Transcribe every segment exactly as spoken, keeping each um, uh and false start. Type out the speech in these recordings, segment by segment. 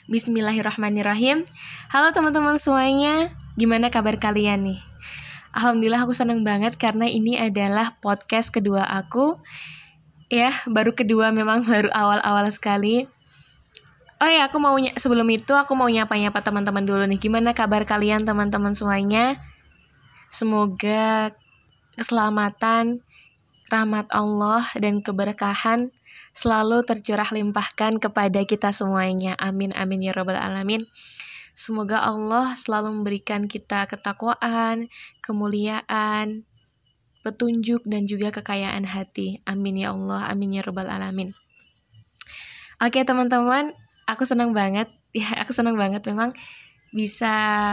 Bismillahirrahmanirrahim. Halo teman-teman semuanya, gimana kabar kalian nih? Alhamdulillah aku senang banget karena ini adalah podcast kedua aku. Ya, baru kedua memang baru awal-awal sekali. Oh ya, aku mau ny- sebelum itu aku mau nyapa-nyapa teman-teman dulu nih. Gimana kabar kalian teman-teman semuanya? Semoga keselamatan, rahmat Allah dan keberkahan selalu tercurah limpahkan kepada kita semuanya. Amin amin ya rabbal alamin. Semoga Allah selalu memberikan kita ketakwaan, kemuliaan, petunjuk dan juga kekayaan hati. Amin ya Allah, amin ya rabbal alamin. Oke teman-teman, aku senang banget ya, aku senang banget memang bisa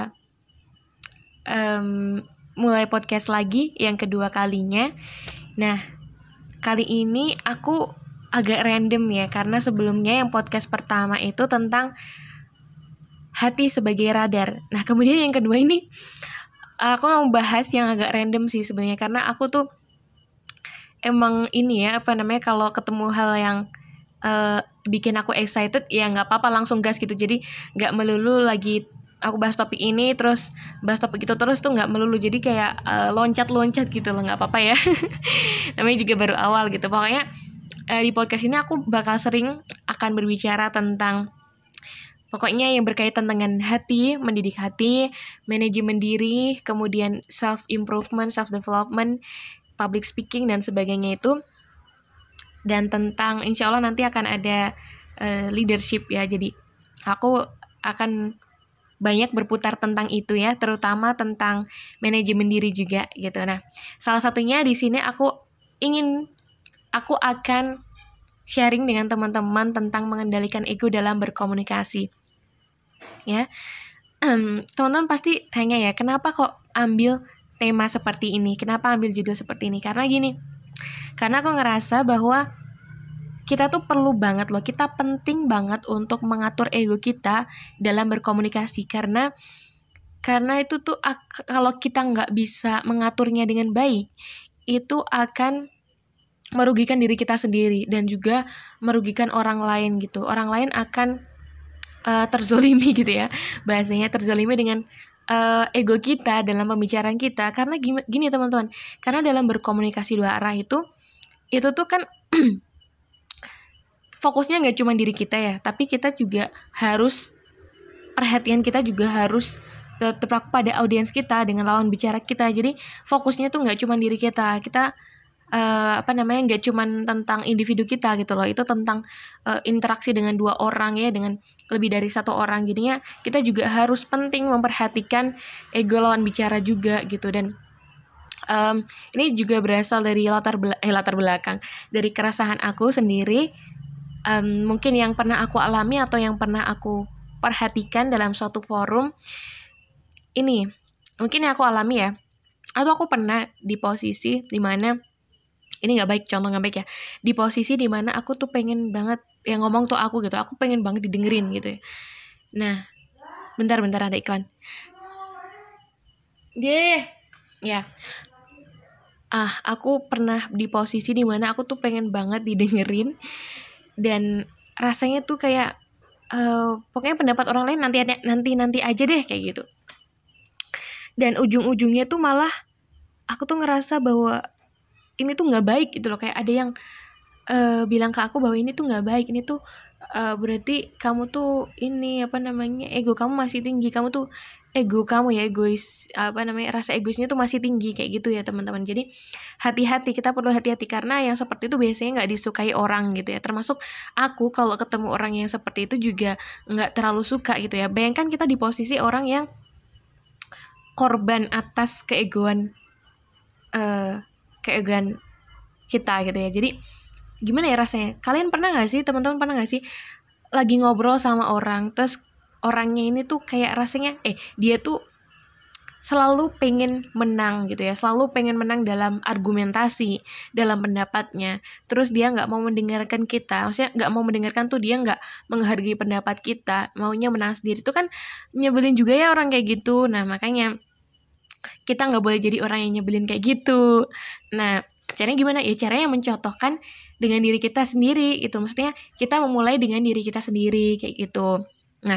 um, mulai podcast lagi yang kedua kalinya. Nah, kali ini aku agak random ya, karena sebelumnya yang podcast pertama itu tentang hati sebagai radar. Nah, kemudian yang kedua ini aku mau bahas yang agak random sih sebenarnya, karena aku tuh emang ini ya, apa namanya, kalau ketemu hal yang uh, bikin aku excited, ya nggak apa-apa langsung gas gitu. Jadi nggak melulu lagi aku bahas topik ini terus bahas topik itu terus tuh nggak melulu. Jadi kayak uh, loncat-loncat gitu loh, nggak apa-apa ya. Namanya juga baru awal gitu. Pokoknya uh, di podcast ini aku bakal sering akan berbicara tentang pokoknya yang berkaitan dengan hati, mendidik hati, manajemen diri, kemudian self-improvement, self-development, public speaking, dan sebagainya itu. Dan tentang, insya Allah nanti akan ada uh, leadership ya. Jadi aku akan banyak berputar tentang itu ya, terutama tentang manajemen diri juga gitu. Nah, salah satunya di sini aku ingin, aku akan sharing dengan teman-teman tentang mengendalikan ego dalam berkomunikasi. Ya, um, teman-teman pasti tanya ya, kenapa kok ambil tema seperti ini, kenapa ambil judul seperti ini? Karena gini, karena aku ngerasa bahwa kita tuh perlu banget loh, kita penting banget untuk mengatur ego kita dalam berkomunikasi. Karena karena itu tuh ak- kalau kita nggak bisa mengaturnya dengan baik, itu akan merugikan diri kita sendiri dan juga merugikan orang lain gitu. Orang lain akan Uh, terzolimi gitu ya, bahasanya terzolimi dengan uh, ego kita dalam pembicaraan kita. Karena gini, gini teman-teman, karena dalam berkomunikasi dua arah itu itu tuh kan fokusnya nggak cuma diri kita ya, tapi kita juga harus, perhatian kita juga harus tetap pada audiens kita dengan lawan bicara kita. Jadi fokusnya tuh nggak cuma diri kita, kita Uh, apa namanya nggak cuman tentang individu kita gitu loh, itu tentang uh, interaksi dengan dua orang ya, dengan lebih dari satu orang. Jadinya kita juga harus penting memperhatikan ego lawan bicara juga gitu. Dan um, ini juga berasal dari latar bela- eh, latar belakang dari keresahan aku sendiri, um, mungkin yang pernah aku alami atau yang pernah aku perhatikan dalam suatu forum ini, mungkin yang aku alami ya, atau aku pernah di posisi dimana ini nggak baik, contoh nggak baik ya, di posisi dimana aku tuh pengen banget yang ngomong tuh aku gitu, aku pengen banget didengerin gitu ya. Nah, bentar-bentar ada iklan. Deh, ya. Ah, aku pernah di posisi dimana aku tuh pengen banget didengerin dan rasanya tuh kayak uh, pokoknya pendapat orang lain nanti nanti nanti aja deh kayak gitu. Dan ujung-ujungnya tuh malah aku tuh ngerasa bahwa ini tuh nggak baik gitu loh, kayak ada yang uh, bilang ke aku bahwa ini tuh nggak baik, ini tuh uh, berarti kamu tuh ini apa namanya ego kamu masih tinggi, kamu tuh ego kamu ya egois, apa namanya rasa egoisnya tuh masih tinggi kayak gitu ya teman-teman. Jadi hati-hati, kita perlu hati-hati karena yang seperti itu biasanya nggak disukai orang gitu ya, termasuk aku kalau ketemu orang yang seperti itu juga nggak terlalu suka gitu ya. Bayangkan kita di posisi orang yang korban atas keegoan uh, keegoan kita gitu ya. Jadi gimana ya rasanya? Kalian pernah gak sih, teman-teman pernah gak sih lagi ngobrol sama orang, terus orangnya ini tuh kayak rasanya eh dia tuh selalu pengen menang gitu ya, selalu pengen menang dalam argumentasi, dalam pendapatnya. Terus dia nggak mau mendengarkan kita, maksudnya nggak mau mendengarkan tuh dia nggak menghargai pendapat kita, maunya menang sendiri. Itu kan nyebelin juga ya orang kayak gitu. Nah makanya kita nggak boleh jadi orang yang nyebelin kayak gitu. Nah, caranya gimana? Ya caranya mencontohkan dengan diri kita sendiri gitu. Maksudnya kita memulai dengan diri kita sendiri kayak gitu. Nah,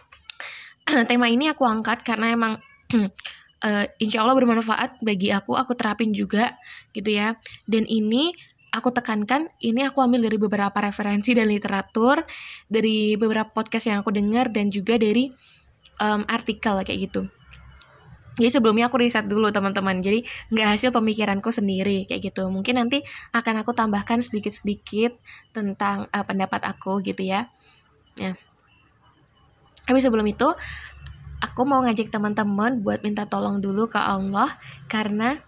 tema ini aku angkat karena emang uh, insya Allah bermanfaat bagi aku, aku terapin juga gitu ya. Dan ini aku tekankan, ini aku ambil dari beberapa referensi dan literatur, dari beberapa podcast yang aku dengar, dan juga dari um, artikel kayak gitu. Jadi sebelumnya aku riset dulu teman-teman, jadi nggak hasil pemikiranku sendiri kayak gitu. Mungkin nanti akan aku tambahkan sedikit-sedikit tentang uh, pendapat aku gitu ya. Nah, tapi sebelum itu aku mau ngajak teman-teman buat minta tolong dulu ke Allah, karena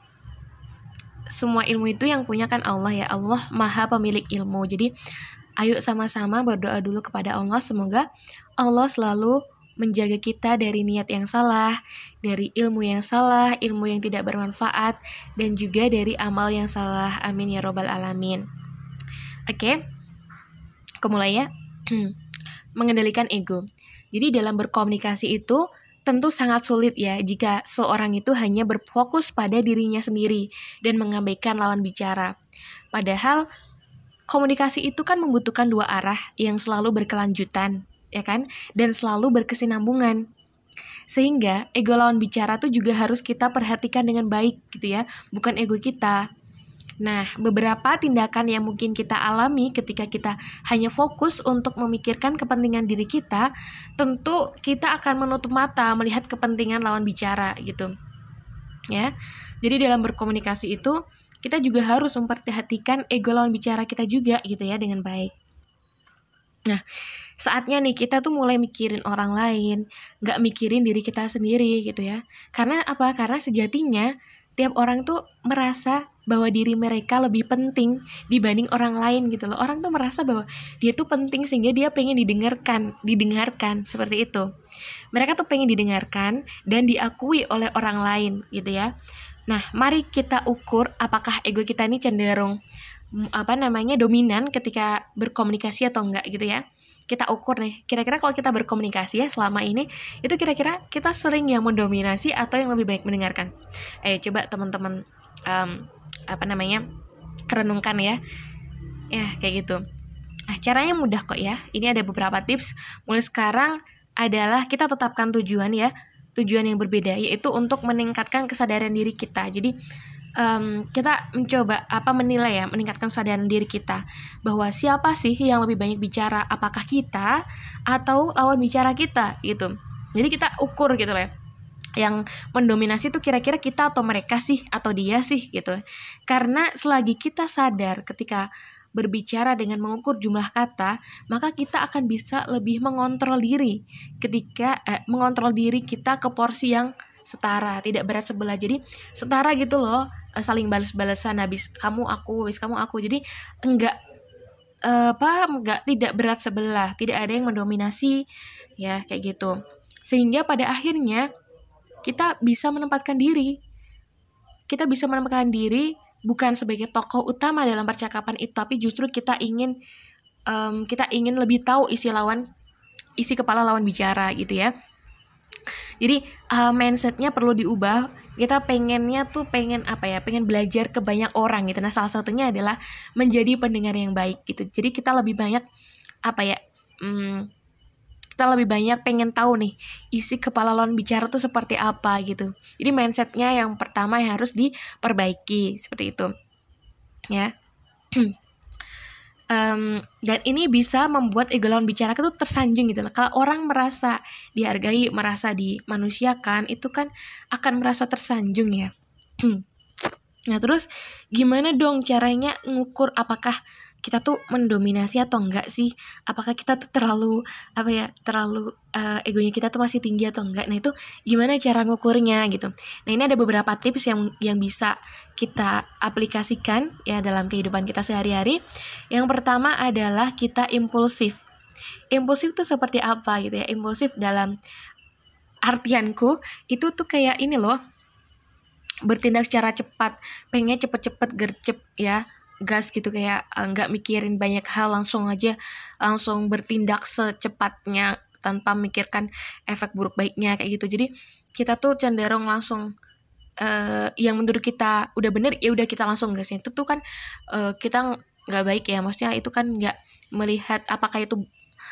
semua ilmu itu yang punya kan Allah ya. Allah maha pemilik ilmu. Jadi ayo sama-sama berdoa dulu kepada Allah, semoga Allah selalu menjaga kita dari niat yang salah, dari ilmu yang salah, ilmu yang tidak bermanfaat, dan juga dari amal yang salah. Amin ya robbal alamin. Oke, aku mulai ya. Mengendalikan ego. Jadi dalam berkomunikasi itu tentu sangat sulit ya jika seorang itu hanya berfokus pada dirinya sendiri dan mengabaikan lawan bicara. Padahal komunikasi itu kan membutuhkan dua arah yang selalu berkelanjutan, ya kan? Dan selalu berkesinambungan. Sehingga ego lawan bicara tuh juga harus kita perhatikan dengan baik gitu ya, bukan ego kita. Nah, beberapa tindakan yang mungkin kita alami ketika kita hanya fokus untuk memikirkan kepentingan diri kita, tentu kita akan menutup mata melihat kepentingan lawan bicara gitu. Ya. Jadi dalam berkomunikasi itu kita juga harus memperhatikan ego lawan bicara kita juga gitu ya dengan baik. Nah, saatnya nih kita tuh mulai mikirin orang lain, gak mikirin diri kita sendiri gitu ya. Karena apa? Karena sejatinya tiap orang tuh merasa bahwa diri mereka lebih penting dibanding orang lain gitu loh. Orang tuh merasa bahwa dia tuh penting sehingga dia pengen didengarkan, didengarkan seperti itu. Mereka tuh pengen didengarkan dan diakui oleh orang lain gitu ya. Nah, mari kita ukur apakah ego kita ini cenderung apa namanya dominan ketika berkomunikasi atau enggak gitu ya. Kita ukur nih, kira-kira kalau kita berkomunikasi ya selama ini, itu kira-kira kita sering yang mendominasi atau yang lebih baik mendengarkan. Ayo coba teman-teman um, apa namanya renungkan ya. Ya kayak gitu. Nah, caranya mudah kok ya. Ini ada beberapa tips. Mulai sekarang adalah kita tetapkan tujuan ya. Tujuan yang berbeda, yaitu untuk meningkatkan kesadaran diri kita. Jadi um, kita mencoba apa menilai ya, meningkatkan kesadaran diri kita bahwa siapa sih yang lebih banyak bicara, apakah kita atau lawan bicara kita gitu. Jadi kita ukur gitu loh ya. Yang mendominasi itu kira-kira kita atau mereka sih atau dia sih gitu. Karena selagi kita sadar ketika berbicara dengan mengukur jumlah kata, maka kita akan bisa lebih mengontrol diri ketika eh, mengontrol diri kita ke porsi yang setara, tidak berat sebelah. Jadi setara gitu loh, saling balas-balasan, habis kamu aku, habis kamu aku. Jadi enggak eh, apa enggak tidak berat sebelah, tidak ada yang mendominasi ya kayak gitu. Sehingga pada akhirnya kita bisa menempatkan diri. Kita bisa menempatkan diri bukan sebagai tokoh utama dalam percakapan itu, tapi justru kita ingin um, kita ingin lebih tahu isi lawan isi kepala lawan bicara gitu ya. Jadi uh, mindsetnya perlu diubah. Kita pengennya tuh pengen apa ya? Pengen belajar ke banyak orang gitu. Nah, salah satunya adalah menjadi pendengar yang baik gitu. Jadi kita lebih banyak apa ya? Hmm, kita lebih banyak pengen tahu nih isi kepala lawan bicara tuh seperti apa gitu. Jadi mindsetnya yang pertama yang harus diperbaiki seperti itu ya. um, dan ini bisa membuat ego lawan bicara itu tersanjung gitu loh. Kalau orang merasa dihargai, merasa dimanusiakan, itu kan akan merasa tersanjung ya. Nah terus gimana dong caranya ngukur apakah kita tuh mendominasi atau enggak sih? Apakah kita tuh terlalu apa ya terlalu uh, egonya kita tuh masih tinggi atau enggak? Nah itu gimana cara ngukurnya gitu? Nah ini ada beberapa tips yang yang bisa kita aplikasikan ya dalam kehidupan kita sehari-hari. Yang pertama adalah kita impulsif. Impulsif tuh seperti apa gitu ya? Impulsif dalam artianku itu tuh kayak ini loh, bertindak secara cepat, pengen cepet-cepet gercep ya, gas gitu, kayak nggak uh, mikirin banyak hal, langsung aja langsung bertindak secepatnya tanpa memikirkan efek buruk baiknya kayak gitu. Jadi kita tuh cenderung langsung uh, yang menurut kita udah bener ya udah kita langsung gasnya. Itu tuh kan uh, kita nggak baik ya, maksudnya itu kan nggak melihat apakah itu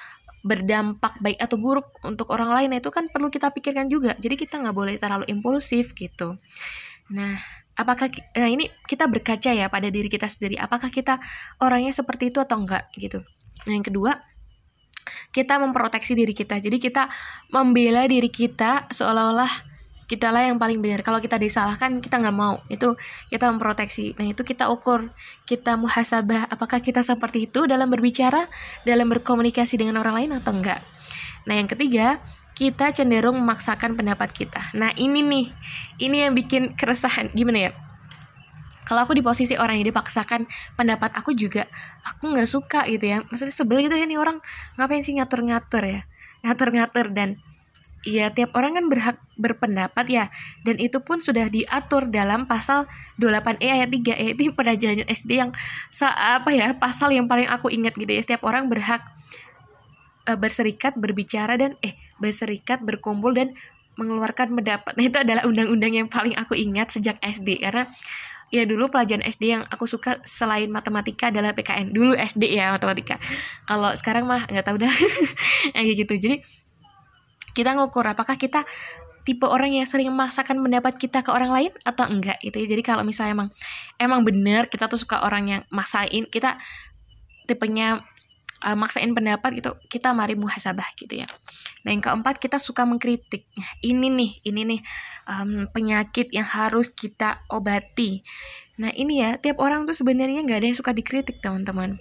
berdampak baik atau buruk untuk orang lain. Nah, itu kan perlu kita pikirkan juga. Jadi kita nggak boleh terlalu impulsif gitu. Nah, apakah nah ini kita berkaca ya pada diri kita sendiri. Apakah kita orangnya seperti itu atau enggak gitu. Nah, yang kedua, kita memproteksi diri kita. Jadi kita membela diri kita seolah-olah kita lah yang paling benar. Kalau kita disalahkan, kita nggak mau. Itu kita memproteksi. Nah, itu kita ukur, kita muhasabah apakah kita seperti itu dalam berbicara, dalam berkomunikasi dengan orang lain atau enggak. Nah, yang ketiga, kita cenderung memaksakan pendapat kita. Nah, ini nih, ini yang bikin keresahan. Gimana ya? Kalau aku di posisi orang yang dipaksakan pendapat aku juga, aku nggak suka gitu ya. Maksudnya sebel gitu ya, nih orang ngapain sih ngatur-ngatur ya, ngatur-ngatur. Dan ya tiap orang kan berhak berpendapat ya, dan itu pun sudah diatur dalam pasal dua puluh delapan E ayat tiga. Ya, itu perjanjian S D yang apa ya, pasal yang paling aku ingat gitu ya. Setiap orang berhak uh, berserikat, berbicara dan eh berserikat, berkumpul dan mengeluarkan pendapat. Nah, itu adalah undang-undang yang paling aku ingat sejak S D, karena ya dulu pelajaran S D yang aku suka selain matematika adalah P K N. Dulu S D ya matematika. Kalau sekarang mah nggak tahu dah. Kayak gitu. Jadi kita ngukur apakah kita tipe orang yang sering memaksakan pendapat kita ke orang lain atau enggak gitu ya. Jadi kalau misalnya emang emang bener kita tuh suka orang yang maksain, kita tipenya uh, maksain pendapat gitu, kita mari muhasabah gitu ya. Nah, yang keempat, kita suka mengkritik. Nah, ini nih, ini nih um, penyakit yang harus kita obati. Nah, ini ya, tiap orang tuh sebenarnya nggak ada yang suka dikritik, teman-teman.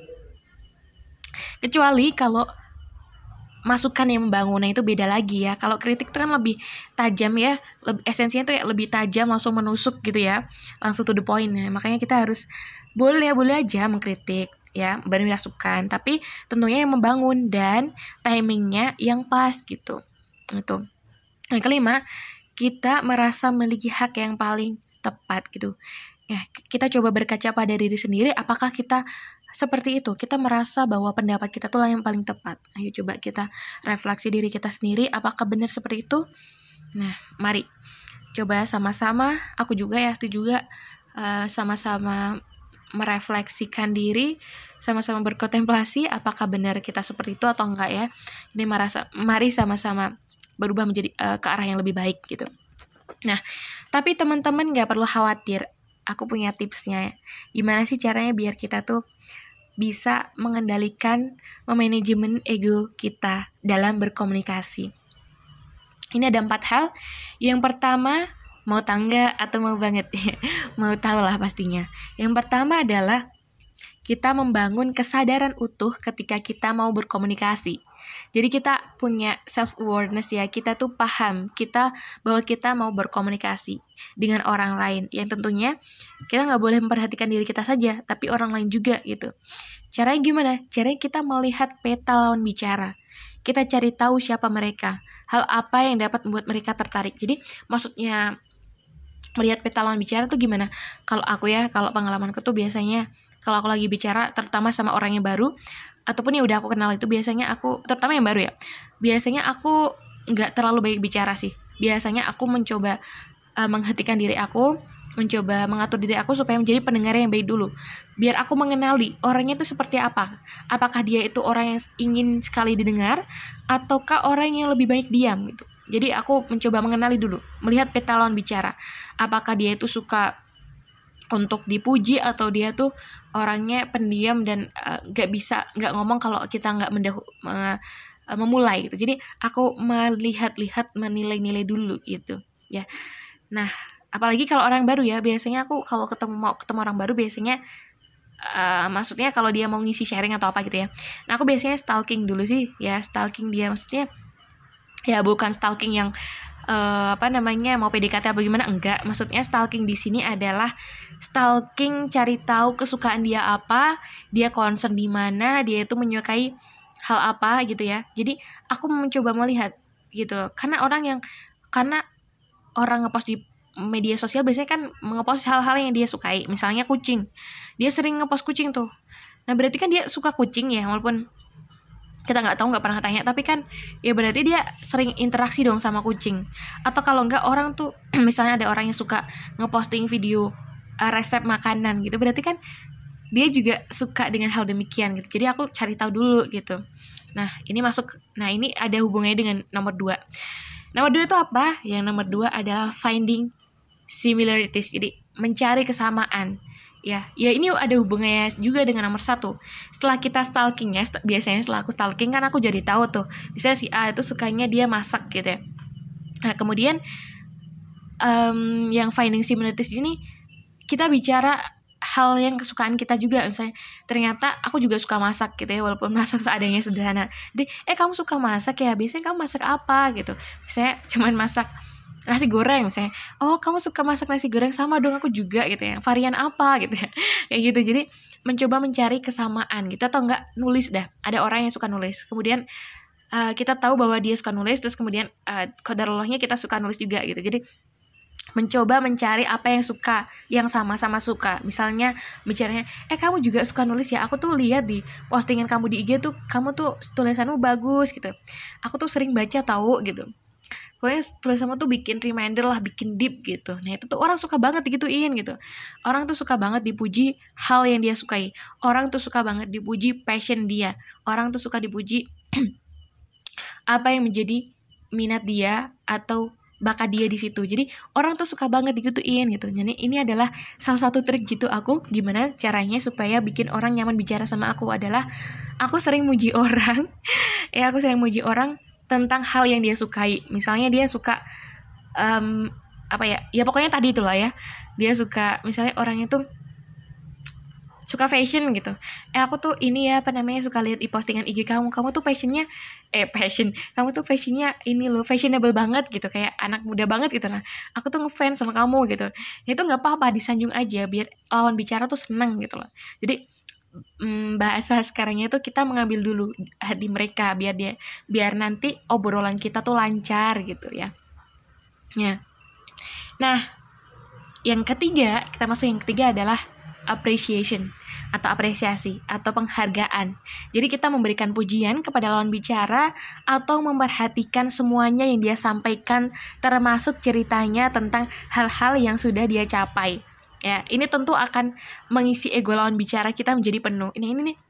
Kecuali kalau masukan yang membangun, nah itu beda lagi ya. Kalau kritik itu kan lebih tajam ya, lebih, esensinya tuh ya lebih tajam, langsung menusuk gitu ya, langsung to the point ya. Makanya kita harus boleh boleh aja mengkritik ya, beri masukan, tapi tentunya yang membangun dan timingnya yang pas gitu. Itu. Yang kelima, kita merasa memiliki hak yang paling tepat gitu. Ya, kita coba berkaca pada diri sendiri, apakah kita seperti itu? Kita merasa bahwa pendapat kita tuh lah yang paling tepat. Ayo coba kita refleksi diri kita sendiri, apakah benar seperti itu? Nah, mari coba sama-sama, aku juga ya, itu juga uh, sama-sama merefleksikan diri, sama-sama berkontemplasi apakah benar kita seperti itu atau enggak ya. Jadi merasa, mari sama-sama berubah menjadi uh, ke arah yang lebih baik gitu. Nah, tapi teman-teman gak perlu khawatir. Aku punya tipsnya. Gimana sih caranya biar kita tuh bisa mengendalikan, memanajemen ego kita dalam berkomunikasi. Ini ada empat hal. Yang pertama, mau tangga atau mau banget? Mau tahu lah pastinya. Yang pertama adalah kita membangun kesadaran utuh ketika kita mau berkomunikasi. Jadi kita punya self-awareness ya, kita tuh paham kita bahwa kita mau berkomunikasi dengan orang lain. Yang tentunya kita nggak boleh memperhatikan diri kita saja, tapi orang lain juga gitu. Caranya gimana? Caranya kita melihat peta lawan bicara. Kita cari tahu siapa mereka, hal apa yang dapat membuat mereka tertarik. Jadi maksudnya melihat peta lawan bicara tuh gimana? Kalau aku ya, kalau pengalamanku tuh biasanya kalau aku lagi bicara, terutama sama orang yang baru, ataupun yang udah aku kenal itu biasanya aku, terutama yang baru ya, biasanya aku nggak terlalu baik bicara sih. Biasanya aku mencoba uh, menghentikan diri aku, mencoba mengatur diri aku supaya menjadi pendengar yang baik dulu. Biar aku mengenali orangnya itu seperti apa. Apakah dia itu orang yang ingin sekali didengar, ataukah orang yang lebih baik diam gitu. Jadi aku mencoba mengenali dulu, melihat peta lawan bicara. Apakah dia itu suka untuk dipuji atau dia tuh orangnya pendiam dan uh, gak bisa gak ngomong kalau kita gak mendahu, uh, memulai gitu. Jadi aku melihat-lihat, menilai-nilai dulu gitu ya. Nah, apalagi kalau orang baru ya, biasanya aku kalau ketemu mau ketemu orang baru biasanya uh, maksudnya kalau dia mau ngisi sharing atau apa gitu ya. Nah, aku biasanya stalking dulu sih ya, stalking dia, maksudnya ya bukan stalking yang Uh, apa namanya mau P D K T apa gimana, enggak. Maksudnya stalking di sini adalah stalking, cari tahu kesukaan dia apa, dia concern di mana, dia itu menyukai hal apa gitu ya. Jadi aku mencoba melihat gitu loh. Karena orang yang karena orang ngepost di media sosial biasanya kan ngepost hal-hal yang dia sukai. Misalnya kucing, dia sering ngepost kucing tuh. Nah berarti kan dia suka kucing ya, walaupun kita nggak tahu, nggak pernah tanya, tapi kan ya berarti dia sering interaksi dong sama kucing. Atau kalau nggak orang tuh misalnya ada orang yang suka ngeposting video uh, resep makanan gitu, berarti kan dia juga suka dengan hal demikian gitu. Jadi aku cari tahu dulu gitu. Nah, ini masuk. Nah, ini ada hubungannya dengan nomor dua. Nomor dua itu apa? Yang nomor dua adalah finding similarities. Jadi mencari kesamaan. Ya, ya ini ada hubungannya juga dengan nomor satu. Setelah kita stalking ya, biasanya setelah aku stalking kan aku jadi tahu tuh, misalnya si A itu sukanya dia masak gitu ya. Nah kemudian um, yang finding similarities ini kita bicara hal yang kesukaan kita juga. Misalnya ternyata aku juga suka masak gitu ya, walaupun masak seadanya sederhana. Jadi eh kamu suka masak ya, biasanya kamu masak apa gitu. Misalnya cuman masak nasi goreng misalnya, oh kamu suka masak nasi goreng, sama dong aku juga gitu ya, varian apa gitu ya, kayak gitu. Jadi mencoba mencari kesamaan gitu, atau enggak nulis dah, ada orang yang suka nulis, kemudian uh, kita tahu bahwa dia suka nulis, terus kemudian uh, qadarullah kita suka nulis juga gitu. Jadi mencoba mencari apa yang suka, yang sama-sama suka. Misalnya bicaranya, eh kamu juga suka nulis ya, aku tuh lihat di postingan kamu di I G tuh, kamu tuh tulisanmu bagus gitu, aku tuh sering baca tahu gitu. Pokoknya tulisanmu tuh bikin reminder lah, bikin deep gitu. Nah itu tuh orang suka banget digituin gitu. Orang tuh suka banget dipuji hal yang dia sukai. Orang tuh suka banget dipuji passion dia. Orang tuh suka dipuji apa yang menjadi minat dia atau bakat dia di situ. Jadi orang tuh suka banget digituin gitu. Jadi ini adalah salah satu trik gitu aku, gimana caranya supaya bikin orang nyaman bicara sama aku adalah aku sering muji orang. ya aku sering muji orang tentang hal yang dia sukai. Misalnya dia suka um, apa ya? Ya pokoknya tadi itulah ya. Dia suka, misalnya orangnya tuh suka fashion gitu. Eh aku tuh ini ya apa namanya suka lihat di postingan I G kamu. Kamu tuh fashionnya eh fashion. Kamu tuh fashionnya ini loh, fashionable banget gitu, kayak anak muda banget gitu. Nah, aku tuh ngefans sama kamu gitu. Itu nggak apa-apa, disanjung aja biar lawan bicara tuh seneng gitu loh. Jadi Hmm, bahasa sekarangnya tuh kita mengambil dulu hati mereka biar dia biar nanti obrolan kita tuh lancar gitu ya. Ya. Nah, yang ketiga, kita masuk yang ketiga adalah appreciation atau apresiasi atau penghargaan. Jadi kita memberikan pujian kepada lawan bicara atau memperhatikan semuanya yang dia sampaikan, termasuk ceritanya tentang hal-hal yang sudah dia capai. Ya, ini tentu akan mengisi ego lawan bicara kita menjadi penuh. Ini ini nih.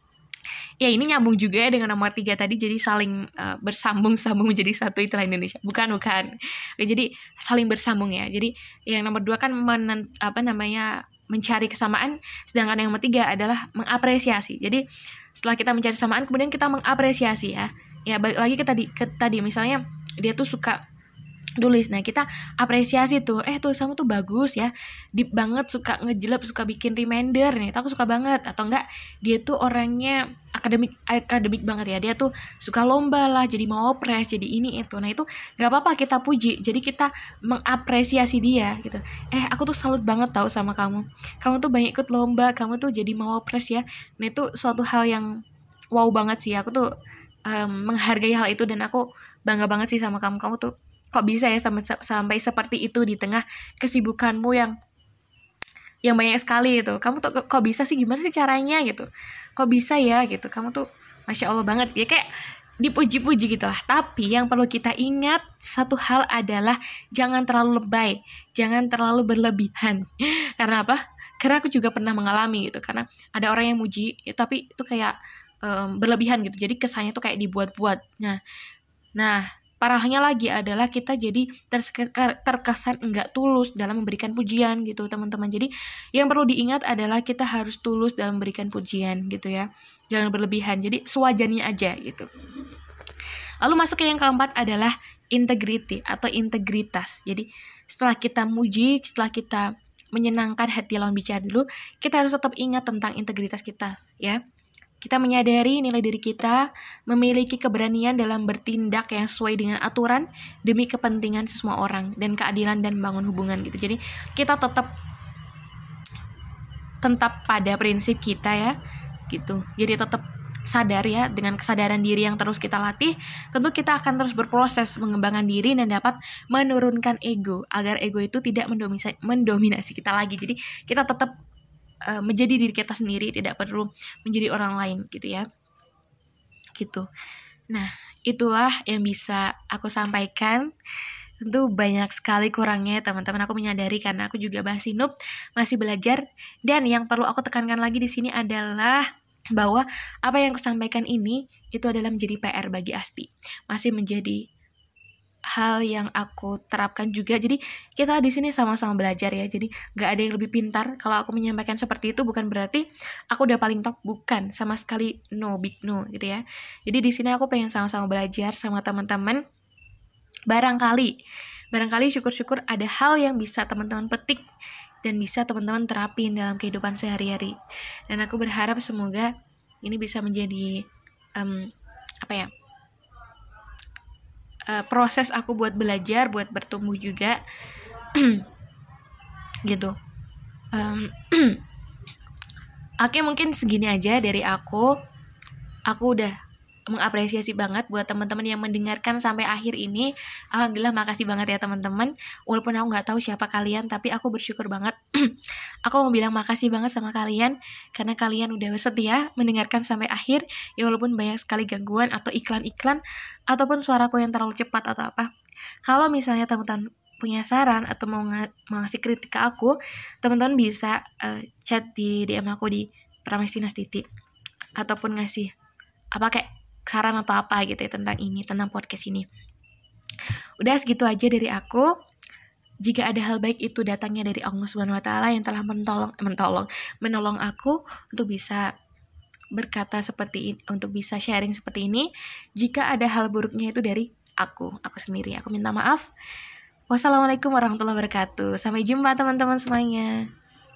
Ya, ini nyambung juga ya dengan nomor tiga tadi, jadi saling uh, bersambung-sambung menjadi satu, itulah Indonesia. Bukan, bukan. Oke, jadi saling bersambung ya. Jadi yang nomor dua kan menen, apa namanya mencari kesamaan, sedangkan yang nomor tiga adalah mengapresiasi. Jadi setelah kita mencari kesamaan, kemudian kita mengapresiasi ya. Ya, balik lagi ke tadi, ke tadi misalnya dia tuh suka tulis, nah kita apresiasi tuh, eh tulisanmu tuh bagus ya, deep banget, suka ngejelep, suka bikin reminder nih, aku suka banget. Atau enggak dia tuh orangnya akademik akademik banget ya, dia tuh suka lomba lah, jadi mau pres, jadi ini itu. Nah itu nggak apa-apa kita puji, jadi kita mengapresiasi dia gitu. Eh aku tuh salut banget tahu sama kamu, kamu tuh banyak ikut lomba, kamu tuh jadi mau pres ya. Nah itu suatu hal yang wow banget sih, aku tuh um, menghargai hal itu, dan aku bangga banget sih sama kamu. Kamu tuh kok bisa ya sampai sampai seperti itu di tengah kesibukanmu yang yang banyak sekali itu. Kamu tuh kok bisa sih, gimana sih caranya gitu, kok bisa ya gitu, kamu tuh masya Allah banget ya, kayak dipuji-puji gitu lah. Tapi yang perlu kita ingat satu hal adalah jangan terlalu lebay, jangan terlalu berlebihan. Karena apa? Karena aku juga pernah mengalami gitu, karena ada orang yang muji ya, tapi itu kayak um, berlebihan gitu, jadi kesannya tuh kayak dibuat-buat. Nah, nah parahnya lagi adalah kita jadi terkesan enggak tulus dalam memberikan pujian gitu teman-teman. Jadi yang perlu diingat adalah kita harus tulus dalam memberikan pujian gitu ya, jangan berlebihan, jadi sewajarnya aja gitu. Lalu masuk ke yang keempat adalah integrity atau integritas. Jadi setelah kita muji, setelah kita menyenangkan hati lawan bicara dulu, kita harus tetap ingat tentang integritas kita ya. Kita menyadari nilai diri kita, memiliki keberanian dalam bertindak yang sesuai dengan aturan demi kepentingan semua orang dan keadilan dan membangun hubungan gitu. Jadi kita tetap tetap pada prinsip kita ya gitu. Jadi tetap sadar ya, dengan kesadaran diri yang terus kita latih, tentu kita akan terus berproses mengembangkan diri dan dapat menurunkan ego agar ego itu tidak mendominasi, mendominasi kita lagi. Jadi kita tetap Uh, menjadi diri kita sendiri, tidak perlu menjadi orang lain gitu ya gitu. Nah itulah yang bisa aku sampaikan. Tentu banyak sekali kurangnya teman-teman, aku menyadari karena aku juga masih noob, masih belajar. Dan yang perlu aku tekankan lagi di sini adalah bahwa apa yang kusampaikan ini itu adalah menjadi P R bagi Asti, masih menjadi hal yang aku terapkan juga. Jadi kita di sini sama-sama belajar ya. Jadi gak ada yang lebih pintar. Kalau aku menyampaikan seperti itu bukan berarti aku udah paling top, bukan, sama sekali no, big no gitu ya. Jadi di sini aku pengen sama-sama belajar sama teman-teman. Barangkali, barangkali syukur-syukur ada hal yang bisa teman-teman petik dan bisa teman-teman terapin dalam kehidupan sehari-hari. Dan aku berharap semoga ini bisa menjadi um, apa ya? Uh, proses aku buat belajar, buat bertumbuh juga gitu. um, Oke, mungkin segini aja dari aku. Aku udah mengapresiasi banget buat teman-teman yang mendengarkan sampai akhir ini. Alhamdulillah, makasih banget ya teman-teman. Walaupun aku nggak tahu siapa kalian, tapi aku bersyukur banget. Aku mau bilang makasih banget sama kalian karena kalian udah setia mendengarkan sampai akhir. Ya walaupun banyak sekali gangguan atau iklan-iklan ataupun suaraku yang terlalu cepat atau apa. Kalau misalnya teman-teman punya saran atau mau, ng- mau ngasih kritik ke aku, teman-teman bisa uh, chat di D M aku di Pramestina Titi ataupun ngasih apa kayak saran atau apa gitu ya tentang ini, tentang podcast ini. Udah segitu aja dari aku. Jika ada hal baik itu datangnya dari Allah Subhanahu wa taala yang telah mentolong mentolong menolong aku untuk bisa berkata seperti ini, untuk bisa sharing seperti ini. Jika ada hal buruknya itu dari aku, aku sendiri. Aku minta maaf. Wassalamualaikum warahmatullahi wabarakatuh. Sampai jumpa teman-teman semuanya.